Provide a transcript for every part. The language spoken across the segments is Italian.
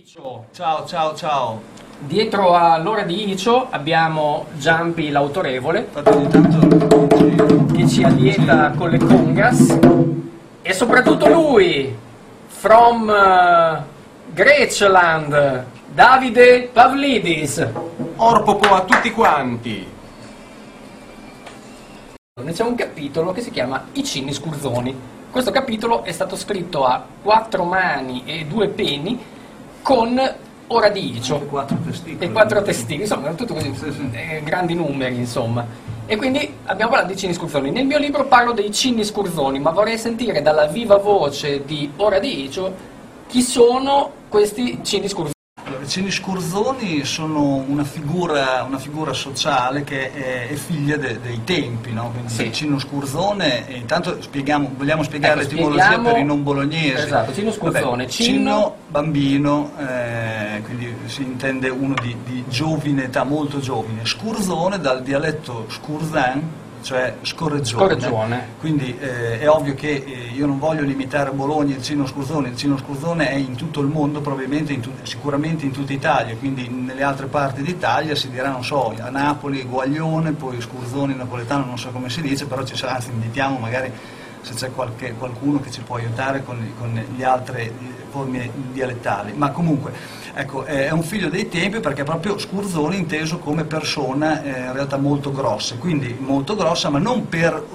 Icio. Ciao, ciao, ciao. Dietro a L'ora di Icio abbiamo Giampi l'autorevole, Infatti ogni tanto che ci allieta con le congas, e soprattutto lui, from Grecialand, Davide Pavlidis. Orpopo a tutti quanti! C'è un capitolo che si chiama I cini scurzoni. Questo capitolo è stato scritto a 4 mani e 2 peni con Ora di Icio. e 4 testicoli. E 4 testicoli, insomma, tutto così, Sì, sì. grandi numeri, insomma. E quindi abbiamo parlato di cini scurzoni. Nel mio libro parlo dei cini scurzoni, ma vorrei sentire dalla viva voce di Ora di Icio chi sono questi cini scurzoni. I cini scurzoni sono una figura sociale che è figlia dei tempi, no? Quindi Sì. il cino scurzone, intanto vogliamo spiegare Ecco, l'etimologia spieghiamo- per i non bolognesi. Esatto, cino scurzone, Vabbè, cino- bambino, quindi si intende uno di giovine età, molto giovane. Scurzone dal dialetto scurzan, cioè scorreggione. Scorreggione. Quindi è ovvio che io non voglio limitare a Bologna il cino scurzone. Il cino scurzone è in tutto il mondo, probabilmente sicuramente in tutta Italia, quindi nelle altre parti d'Italia si dirà, non so, a Napoli guaglione, poi scurzone in napoletano non so come si dice, però ci sarà, anzi invitiamo magari se c'è qualcuno che ci può aiutare con le altre forme dialettali. Ma comunque, ecco, è un figlio dei tempi perché è proprio scurzone inteso come persona in realtà molto grossa, quindi molto grossa, ma non per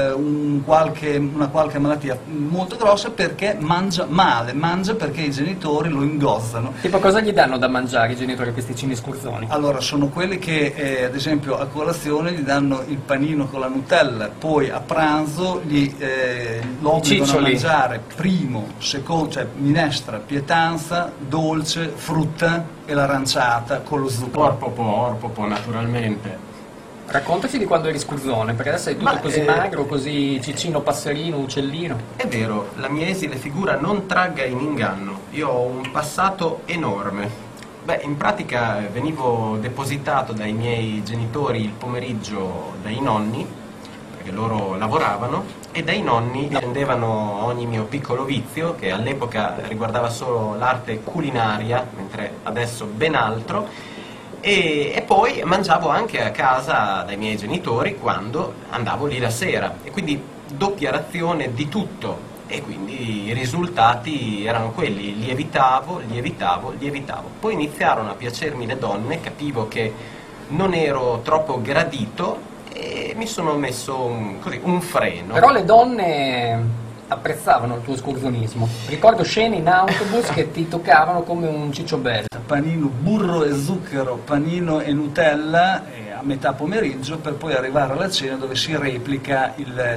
una qualche malattia, molto grossa perché mangia male, mangia perché i genitori lo ingozzano. Tipo, cosa gli danno da mangiare i genitori a questi cini scurzoni? Allora, sono quelli che ad esempio a colazione gli danno il panino con la Nutella, poi a pranzo lo obbligano a Ciccioli. mangiare primo, secondo, cioè minestra, pietanza, dolce, frutta e l'aranciata con lo zucchero. Orpopo, naturalmente. Raccontaci di quando eri scurzone, perché adesso sei tutto Ma, così magro, così cicino, passerino, uccellino. È vero, la mia esile figura non tragga in inganno. Io ho un passato enorme. Beh, in pratica venivo depositato dai miei genitori il pomeriggio dai nonni, perché loro lavoravano, e dai nonni prendevano ogni mio piccolo vizio, che all'epoca riguardava solo l'arte culinaria, mentre adesso ben altro, e poi mangiavo anche a casa dai miei genitori quando andavo lì la sera, e quindi doppia razione di tutto, e quindi i risultati erano quelli: lievitavo. Poi iniziarono a piacermi le donne, capivo che non ero troppo gradito e mi sono messo un freno. Però le donne apprezzavano il tuo scurzonismo. Ricordo scene in autobus che ti toccavano come un cicciobello. Panino, burro e zucchero, panino e Nutella a metà pomeriggio, per poi arrivare alla cena dove si replica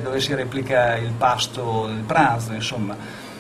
il pasto, il pranzo, insomma.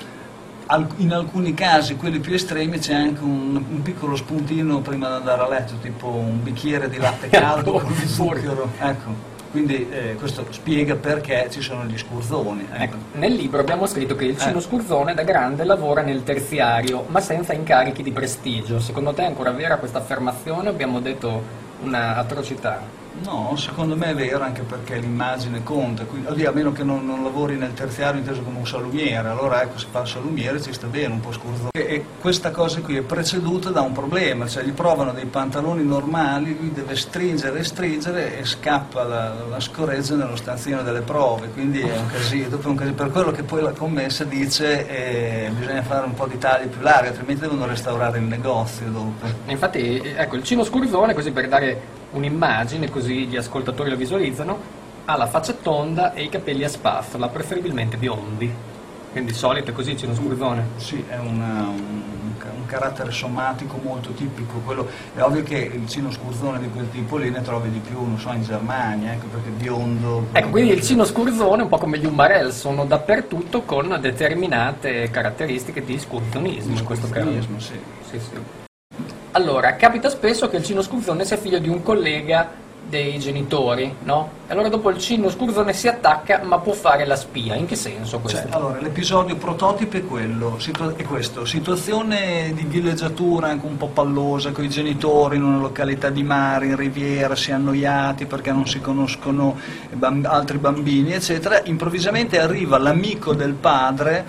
In alcuni casi, quelli più estremi, c'è anche un piccolo spuntino prima di andare a letto, tipo un bicchiere di latte caldo con il zucchero, ecco. Quindi questo spiega perché ci sono gli scurzoni. Ecco, nel libro abbiamo scritto che il cino scurzone da grande lavora nel terziario, ma senza incarichi di prestigio. Secondo te è ancora vera questa affermazione o abbiamo detto una atrocità? No, secondo me è vero, anche perché l'immagine conta, quindi, a meno che non lavori nel terziario inteso come un salumiere, allora ecco, se fa il salumiere ci sta bene, un po' scurzone. E questa cosa qui è preceduta da un problema, cioè gli provano dei pantaloni normali, lui deve stringere e scappa la scoreggia nello stanzino delle prove, quindi è un casino, dopo è un casino, per quello che poi la commessa dice bisogna fare un po' di tagli più larghi, altrimenti devono restaurare il negozio dopo. Infatti, ecco, il cino scurzone, così per dare un'immagine, così gli ascoltatori lo visualizzano, ha la faccia tonda e i capelli a spazzola, preferibilmente biondi. Quindi solito è così il cino scurzone. Sì, è un carattere somatico molto tipico, è ovvio che il cino scurzone di quel tipo lì ne trovi di più, non so, in Germania, ecco, perché biondo. Ecco, quindi il cino scurzone, un po' come gli umbarel, sono dappertutto con determinate caratteristiche di scurzonismo in questo caso. Sì. Sì, sì. Allora, capita spesso che il cino scurzone sia figlio di un collega dei genitori, no? E allora dopo il cino scurzone si attacca, ma può fare la spia. In che senso questo? Allora, l'episodio prototipo è questo, situazione di villeggiatura anche un po' pallosa, con i genitori in una località di mare, in riviera, si è annoiati perché non si conoscono altri bambini, eccetera. Improvvisamente arriva l'amico del padre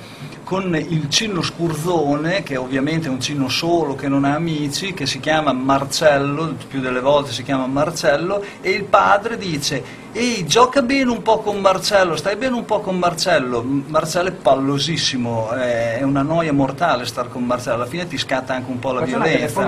con il Cino Scurzone, che ovviamente è un cino solo, che non ha amici, che si chiama Marcello, più delle volte si chiama Marcello, e il padre dice: ehi, gioca bene un po' con Marcello, stai bene un po' con Marcello. Marcello è pallosissimo, è una noia mortale star con Marcello, alla fine ti scatta anche un po' la violenza.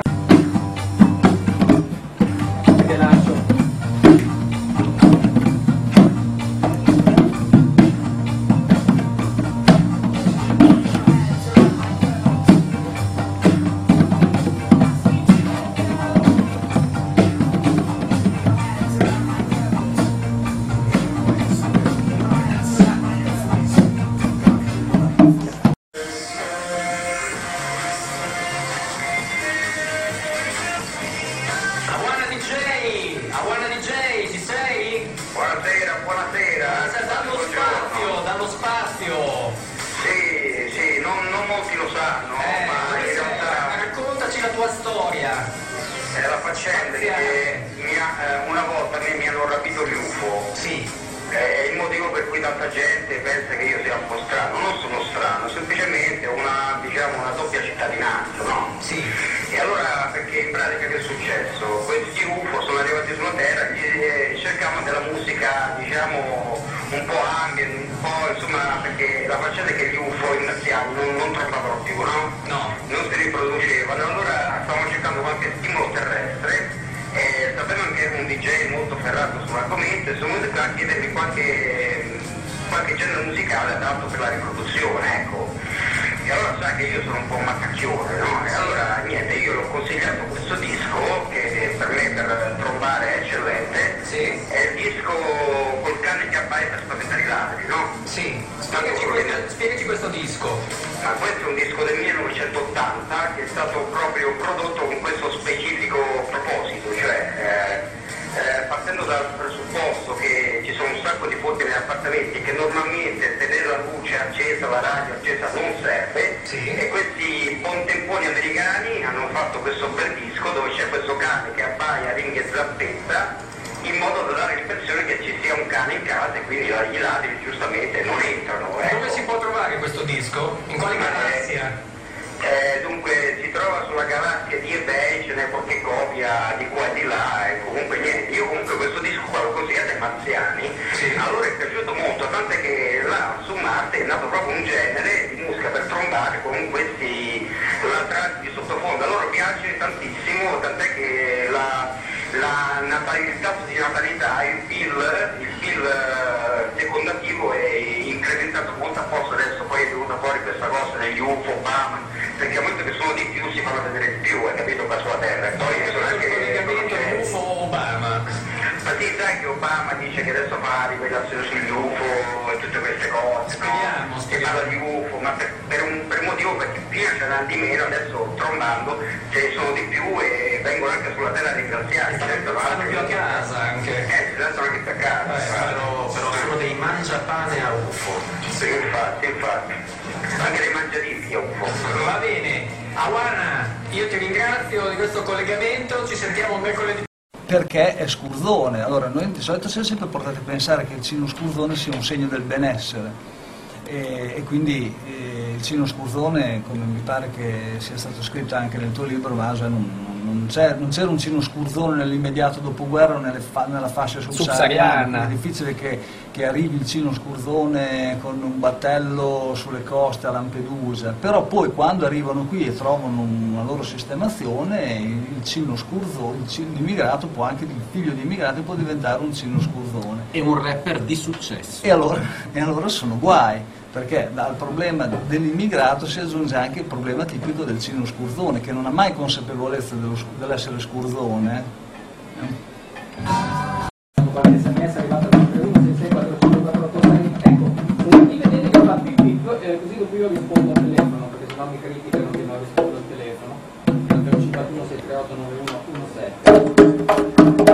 Awana DJ, ci sei? Buonasera, buonasera. Dallo spazio. Sì, non molti lo sanno, ma in realtà raccontaci la tua storia. è la faccenda che una volta a me mi hanno rapito gli UFO. Sì. È il motivo per cui tanta gente pensa che io sia un po' strano. Non sono strano, semplicemente ho una doppia cittadinanza, no? Sì. E allora, perché in pratica che è successo? Questi UFO sono arrivati sulla Terra e cercavano della musica, diciamo, un po' ambient, un po', insomma, perché la faccenda è che gli UFO in marziani non trombavano più, no? No. Non si riproducevano, allora stavano cercando qualche stimolo terrestre e sapevano che ero un DJ molto ferrato sull'argomento e sono venuti a chiedermi qualche genere musicale adatto per la riproduzione, ecco. E allora sa che io sono un po' un mattacchione, no? E allora niente, io l'ho consigliato questo disco che per me per trombare è eccellente. Sì. È il disco col cane che abbaia per spaventare i ladri, no? Sì. Spiegaci questo disco. Ma questo è un disco del 1980 che è stato proprio prodotto con questo specifico proposito, cioè partendo dal presupposto che ci sono un sacco di fuochi negli appartamenti e che normalmente tenere la luce accesa, la radio accesa non serve, sì. E questi buontemponi americani hanno fatto questo bel disco dove c'è questo cane che abbaia, ringhia e zappetta in modo da dare l'impressione che ci sia un cane in casa e quindi i ladri giustamente non entrano. Ecco. Dove si può trovare questo disco? In quale galassia? Dunque si trova sulla galassia di eBay, ce n'è qualche copia di qua e di là e comunque niente. Io comunque questo disco qua l'ho consigliato ai marziani, sì. Allora è piaciuto molto, tant'è che là su Marte è nato proprio un genere di musica per trombare con questi latrati di sottofondo. A loro piace tantissimo, tant'è che il tasso di natalità, il PIL secondativo è incrementato molto a posto, adesso poi è venuta fuori questa cosa degli UFO, Obama, perché a momento che sono di più si fanno vedere di più, hai capito, qua sulla Terra. E poi sono anche il collegamento UFO Obama. Ma sì, sai che Obama dice che adesso fa rivelazioni sugli UFO e tutte queste cose, Speriamo. Si parla di UFO, ma per un motivo, perché prima c'erano di meno, adesso trombando ce ne sono di più e vengono anche sulla Terra a ringraziare. Stanno più a casa anche. Si stanno anche a casa. Però sono dei mangiapane a UFO. Sì, infatti. Anche dei mangiadischi a UFO. Va bene. Awana, io ti ringrazio di questo collegamento, ci sentiamo mercoledì. Perché è scurzone. Allora, noi di solito siamo sempre portati a pensare che il cino scurzone sia un segno del benessere e quindi il cino scurzone, come mi pare che sia stato scritto anche nel tuo libro, Vasa, non c'era un cino scurzone nell'immediato dopoguerra o nella fascia subsahariana. È difficile che arrivi il cino scurzone con un battello sulle coste a Lampedusa, però poi quando arrivano qui e trovano una loro sistemazione, il cino scurzone, l'immigrato può anche, il figlio di immigrati può diventare un cino scurzone. E un rapper di successo. E allora sono guai, perché dal problema dell'immigrato si aggiunge anche il problema tipico del cino scurzone, che non ha mai consapevolezza dell'essere scurzone. Qualche sms arrivata da 316645486. Ecco, se mi vedete che fa pip così dopo io rispondo al telefono, perché sennò mi criticano che non rispondo al telefono. 51 638 9117.